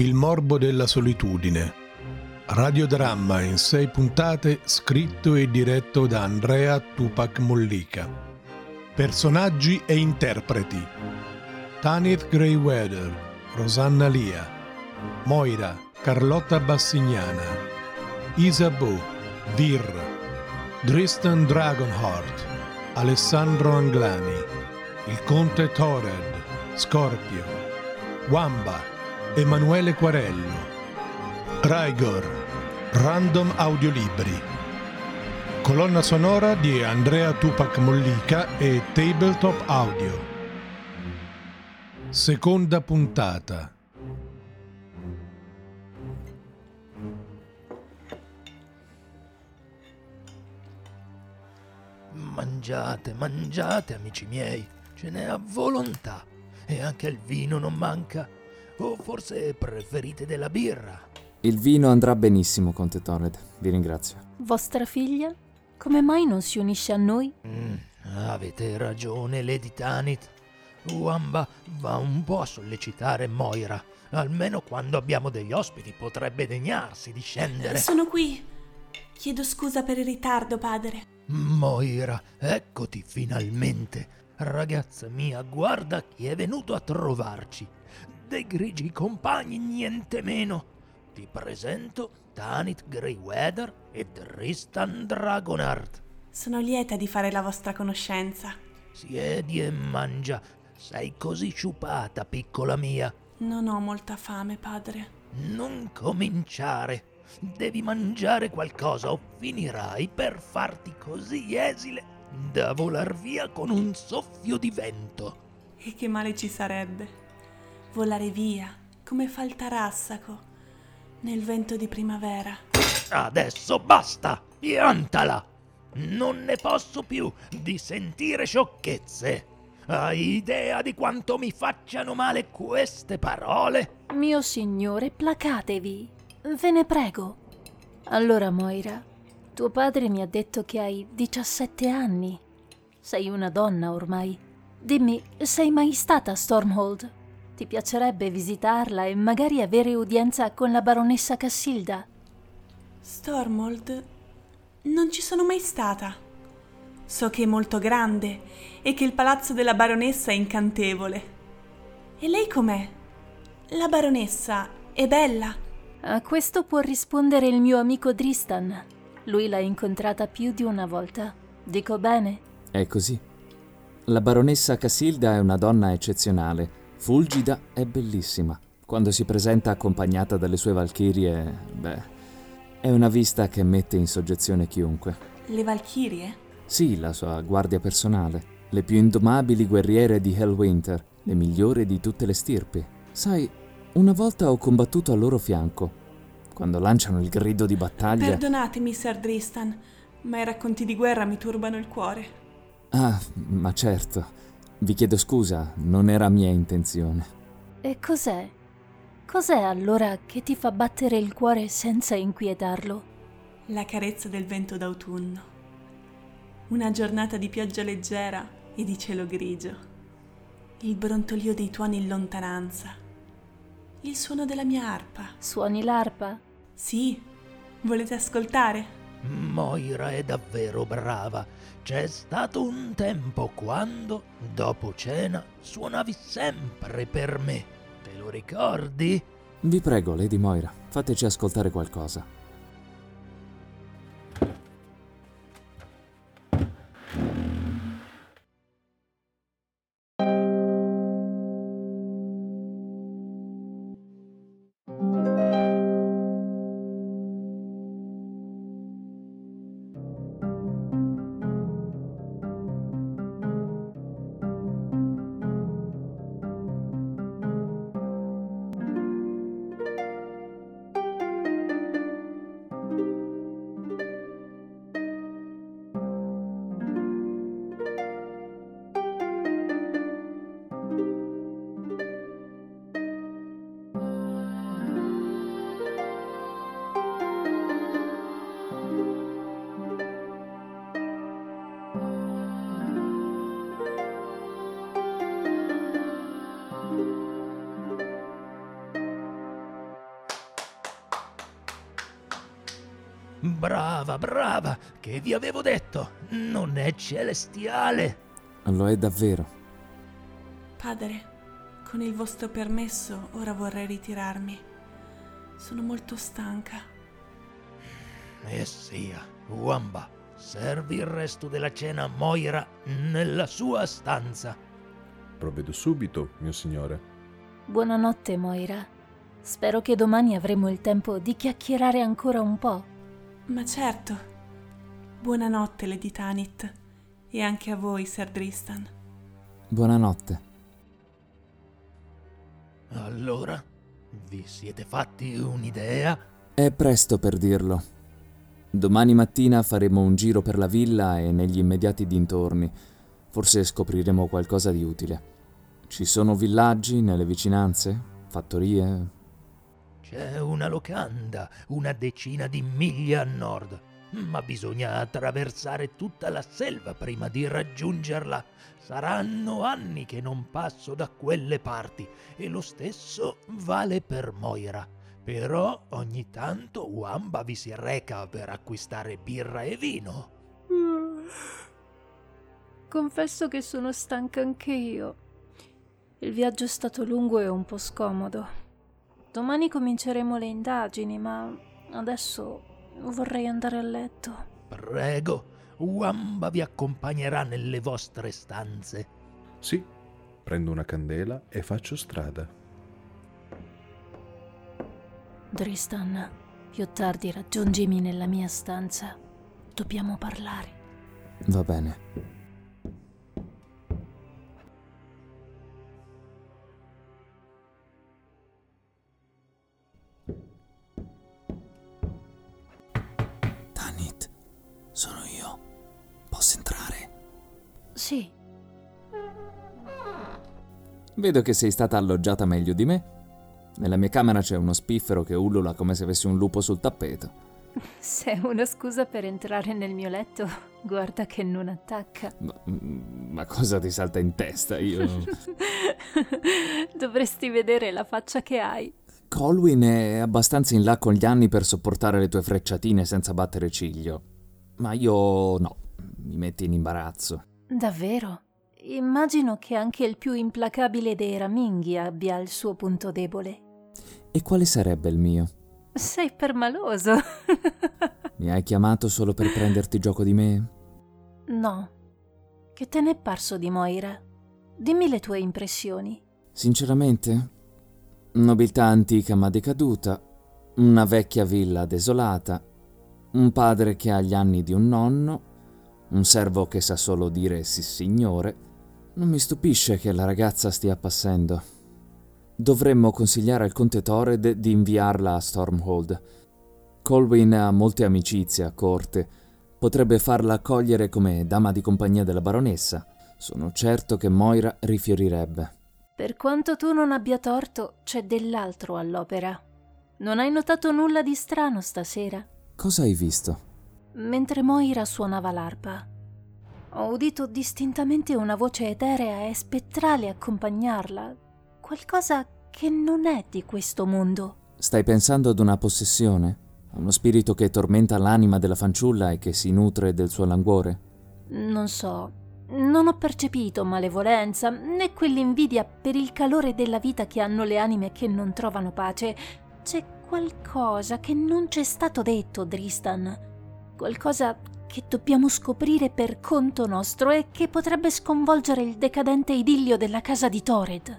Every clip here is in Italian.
Il morbo della solitudine. Radiodramma in 6 puntate, scritto e diretto da Andrea Tupac Mollica. Personaggi e interpreti: Tanith Greyweather, Rosanna Lia; Moira, Carlotta Bassignana; Isabeau, Vir; Dristan Dragonheart, Alessandro Anglani; il conte Thored, Scorpio; Wamba, Emanuele Quarello; Raigor, Random Audiolibri. Colonna sonora di Andrea Tupac Mollica e Tabletop Audio. Seconda puntata. Mangiate, mangiate, amici miei, ce n'è a volontà. E anche il vino non manca. O forse preferite della birra? Il vino andrà benissimo, conte Thored, vi ringrazio. Vostra figlia? Come mai non si unisce a noi? Avete ragione, Lady Tanith. Wamba va un po' a sollecitare Moira. Almeno quando abbiamo degli ospiti potrebbe degnarsi di scendere. Sono qui. Chiedo scusa per il ritardo, padre. Moira, eccoti finalmente. Ragazza mia, guarda chi è venuto a trovarci. Dei grigi compagni, niente meno. Ti presento Tanith Greyweather e Tristan Dragonheart. Sono lieta di fare la vostra conoscenza. Siedi e mangia. Sei così sciupata, piccola mia. Non ho molta fame, padre. Non cominciare. Devi mangiare qualcosa o finirai per farti così esile da volar via con un soffio di vento. E che male ci sarebbe? Volare via, come fa il tarassaco, nel vento di primavera. Adesso basta, piantala! Non ne posso più di sentire sciocchezze. Hai idea di quanto mi facciano male queste parole? Mio signore, placatevi. Ve ne prego. Allora, Moira, tuo padre mi ha detto che hai 17 anni. Sei una donna ormai. Dimmi, sei mai stata a Stormhold? Ti piacerebbe visitarla e magari avere udienza con la baronessa Cassilda? Stormhold? Non ci sono mai stata. So che è molto grande e che il palazzo della baronessa è incantevole. E lei com'è? La baronessa è bella? A questo può rispondere il mio amico Dristan. Lui l'ha incontrata più di una volta. Dico bene? È così. La baronessa Cassilda è una donna eccezionale, fulgida e bellissima. Quando si presenta accompagnata dalle sue valchirie, è una vista che mette in soggezione chiunque. Le valchirie? Sì, la sua guardia personale, le più indomabili guerriere di Hellwinter, le migliori di tutte le stirpi. Sai, una volta ho combattuto al loro fianco. Quando lanciano il grido di battaglia... Perdonatemi, Sir Dristan, ma i racconti di guerra mi turbano il cuore. Ah, ma certo. Vi chiedo scusa, non era mia intenzione. E cos'è? Cos'è allora che ti fa battere il cuore senza inquietarlo? La carezza del vento d'autunno. Una giornata di pioggia leggera e di cielo grigio. Il brontolio dei tuoni in lontananza. Il suono della mia arpa. Suoni l'arpa? Sì. Volete ascoltare? Moira è davvero brava. C'è stato un tempo quando, dopo cena, suonavi sempre per me. Te lo ricordi? Vi prego, Lady Moira, fateci ascoltare qualcosa. Brava, brava, che vi avevo detto, non è celestiale. Lo è davvero. Padre, con il vostro permesso ora vorrei ritirarmi. Sono molto stanca. E sia, Wamba, servi il resto della cena a Moira nella sua stanza. Provvedo subito, mio signore. Buonanotte, Moira. Spero che domani avremo il tempo di chiacchierare ancora un po'. Ma certo. Buonanotte, Lady Tanit. E anche a voi, Sir Dristan. Buonanotte. Allora, vi siete fatti un'idea? È presto per dirlo. Domani mattina faremo un giro per la villa e negli immediati dintorni. Forse scopriremo qualcosa di utile. Ci sono villaggi nelle vicinanze? Fattorie? C'è una locanda, una decina di miglia a nord, ma bisogna attraversare tutta la selva prima di raggiungerla. Saranno anni che non passo da quelle parti e lo stesso vale per Moira. Però ogni tanto Wamba vi si reca per acquistare birra e vino. Confesso che sono stanca anche io. Il viaggio è stato lungo e un po' scomodo. Domani cominceremo le indagini, ma adesso vorrei andare a letto. Prego, Wamba vi accompagnerà nelle vostre stanze. Sì, prendo una candela e faccio strada. Dristan, più tardi raggiungimi nella mia stanza. Dobbiamo parlare. Va bene. Tanit, sono io. Posso entrare? Sì, Vedo che sei stata alloggiata meglio di me. Nella mia camera c'è uno spiffero che ulula come se avessi un lupo sul tappeto. se è una scusa per entrare nel mio letto, guarda che non attacca. Ma cosa ti salta in testa? Io... Dovresti vedere la faccia che hai. Colwyn è abbastanza in là con gli anni per sopportare le tue frecciatine senza battere ciglio. Ma io no, mi metti in imbarazzo. Davvero? Immagino che anche il più implacabile dei raminghi abbia il suo punto debole. E quale sarebbe il mio? Sei permaloso. Mi hai chiamato solo per prenderti gioco di me? No. Che te n'è parso di Moira? Dimmi le tue impressioni. Sinceramente, nobiltà antica ma decaduta, una vecchia villa desolata, un padre che ha gli anni di un nonno, un servo che sa solo dire sissignore. Non mi stupisce che la ragazza stia appassendo. Dovremmo consigliare al conte Thored di inviarla a Stormhold. Colwyn ha molte amicizie a corte. Potrebbe farla accogliere come dama di compagnia della baronessa. Sono certo che Moira rifiorirebbe. Per quanto tu non abbia torto, c'è dell'altro all'opera. Non hai notato nulla di strano stasera? Cosa hai visto? Mentre Moira suonava l'arpa, ho udito distintamente una voce eterea e spettrale accompagnarla. Qualcosa che non è di questo mondo. Stai pensando ad una possessione? A uno spirito che tormenta l'anima della fanciulla e che si nutre del suo languore? Non so. Non ho percepito malevolenza, né quell'invidia per il calore della vita che hanno le anime che non trovano pace. C'è qualcosa che non c'è stato detto, Dristan. Qualcosa che dobbiamo scoprire per conto nostro e che potrebbe sconvolgere il decadente idillio della casa di Thored.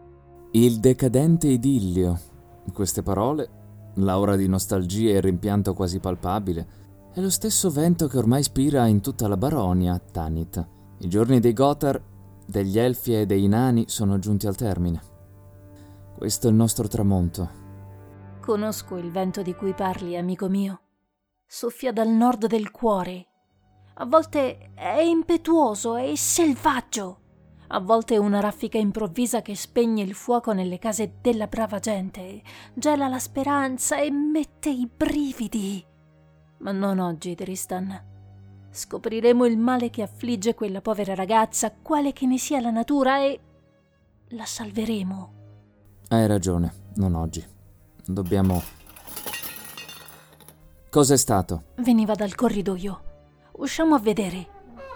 Il decadente idillio. Queste parole, l'aura di nostalgia e il rimpianto quasi palpabile, è lo stesso vento che ormai spira in tutta la baronia, Tanit. I giorni dei Gothar, degli Elfi e dei Nani sono giunti al termine. Questo è il nostro tramonto. Conosco il vento di cui parli, amico mio. Soffia dal nord del cuore. A volte è impetuoso e selvaggio. A volte è una raffica improvvisa che spegne il fuoco nelle case della brava gente, gela la speranza e mette i brividi. Ma non oggi, Dristan. Scopriremo il male che affligge quella povera ragazza, quale che ne sia la natura, e la salveremo. Hai ragione, non oggi. Dobbiamo... Cos'è stato? Veniva dal corridoio. Usciamo a vedere.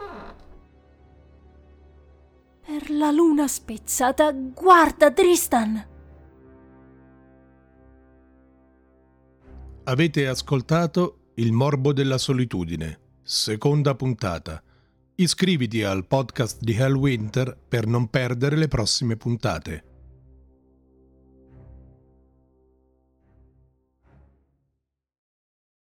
Per la luna spezzata, guarda, Tristan! Avete ascoltato Il morbo della solitudine, seconda puntata. Iscriviti al podcast di Hellwinter per non perdere le prossime puntate.